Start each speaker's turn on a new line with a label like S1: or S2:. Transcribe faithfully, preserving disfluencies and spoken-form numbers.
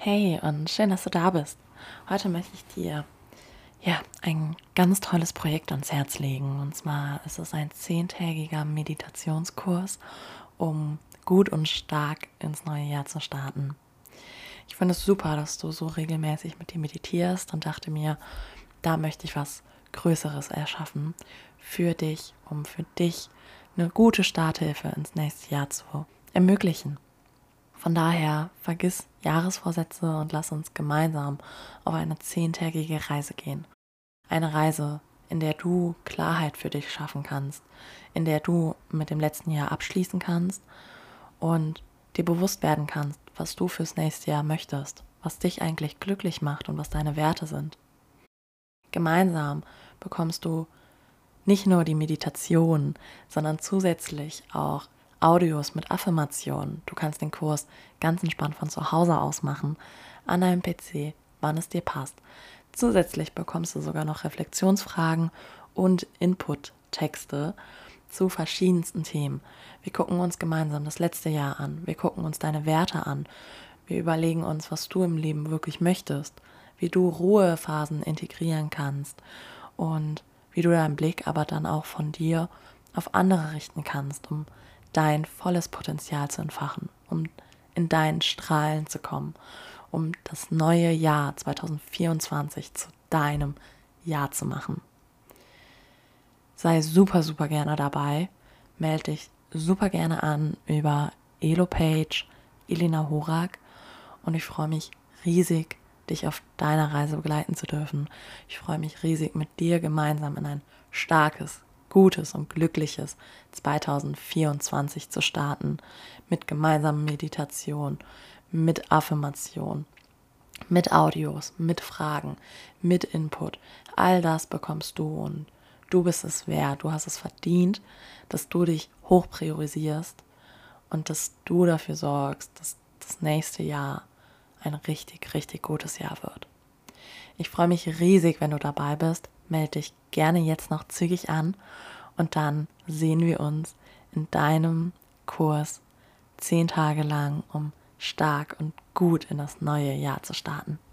S1: Hey und schön, dass du da bist. Heute möchte ich dir ja ein ganz tolles Projekt ans Herz legen. Und zwar ist es ein zehntägiger Meditationskurs, um gut und stark ins neue Jahr zu starten. Ich finde es super, dass du so regelmäßig mit dir meditierst und dachte mir, da möchte ich was Größeres erschaffen für dich, um für dich eine gute Starthilfe ins nächste Jahr zu ermöglichen. Von daher vergiss Jahresvorsätze und lass uns gemeinsam auf eine zehntägige Reise gehen. Eine Reise, in der du Klarheit für dich schaffen kannst, in der du mit dem letzten Jahr abschließen kannst und dir bewusst werden kannst, was du fürs nächste Jahr möchtest, was dich eigentlich glücklich macht und was deine Werte sind. Gemeinsam bekommst du nicht nur die Meditation, sondern zusätzlich auch Audios mit Affirmationen. Du kannst den Kurs ganz entspannt von zu Hause aus machen, an deinem P C, wann es dir passt. Zusätzlich bekommst du sogar noch Reflexionsfragen und Input-Texte zu verschiedensten Themen. Wir gucken uns gemeinsam das letzte Jahr an. Wir gucken uns deine Werte an. Wir überlegen uns, was du im Leben wirklich möchtest, wie du Ruhephasen integrieren kannst und wie du deinen Blick aber dann auch von dir auf andere richten kannst, um dein volles Potenzial zu entfachen, um in dein Strahlen zu kommen, um das neue Jahr zwanzig vierundzwanzig zu deinem Jahr zu machen. Sei super, super gerne dabei. Melde dich super gerne an über Elopage, Elina Horak, und ich freue mich riesig, dich auf deiner Reise begleiten zu dürfen. Ich freue mich riesig, mit dir gemeinsam in ein starkes, gutes und glückliches zwanzig vierundzwanzig zu starten, mit gemeinsamer Meditation, mit Affirmation, mit Audios, mit Fragen, mit Input. All das bekommst du und du bist es wert. Du hast es verdient, dass du dich hoch priorisierst und dass du dafür sorgst, dass das nächste Jahr ein richtig, richtig gutes Jahr wird. Ich freue mich riesig, wenn du dabei bist. Melde dich gerne jetzt noch zügig an und dann sehen wir uns in deinem Kurs zehn Tage lang, um stark und gut in das neue Jahr zu starten.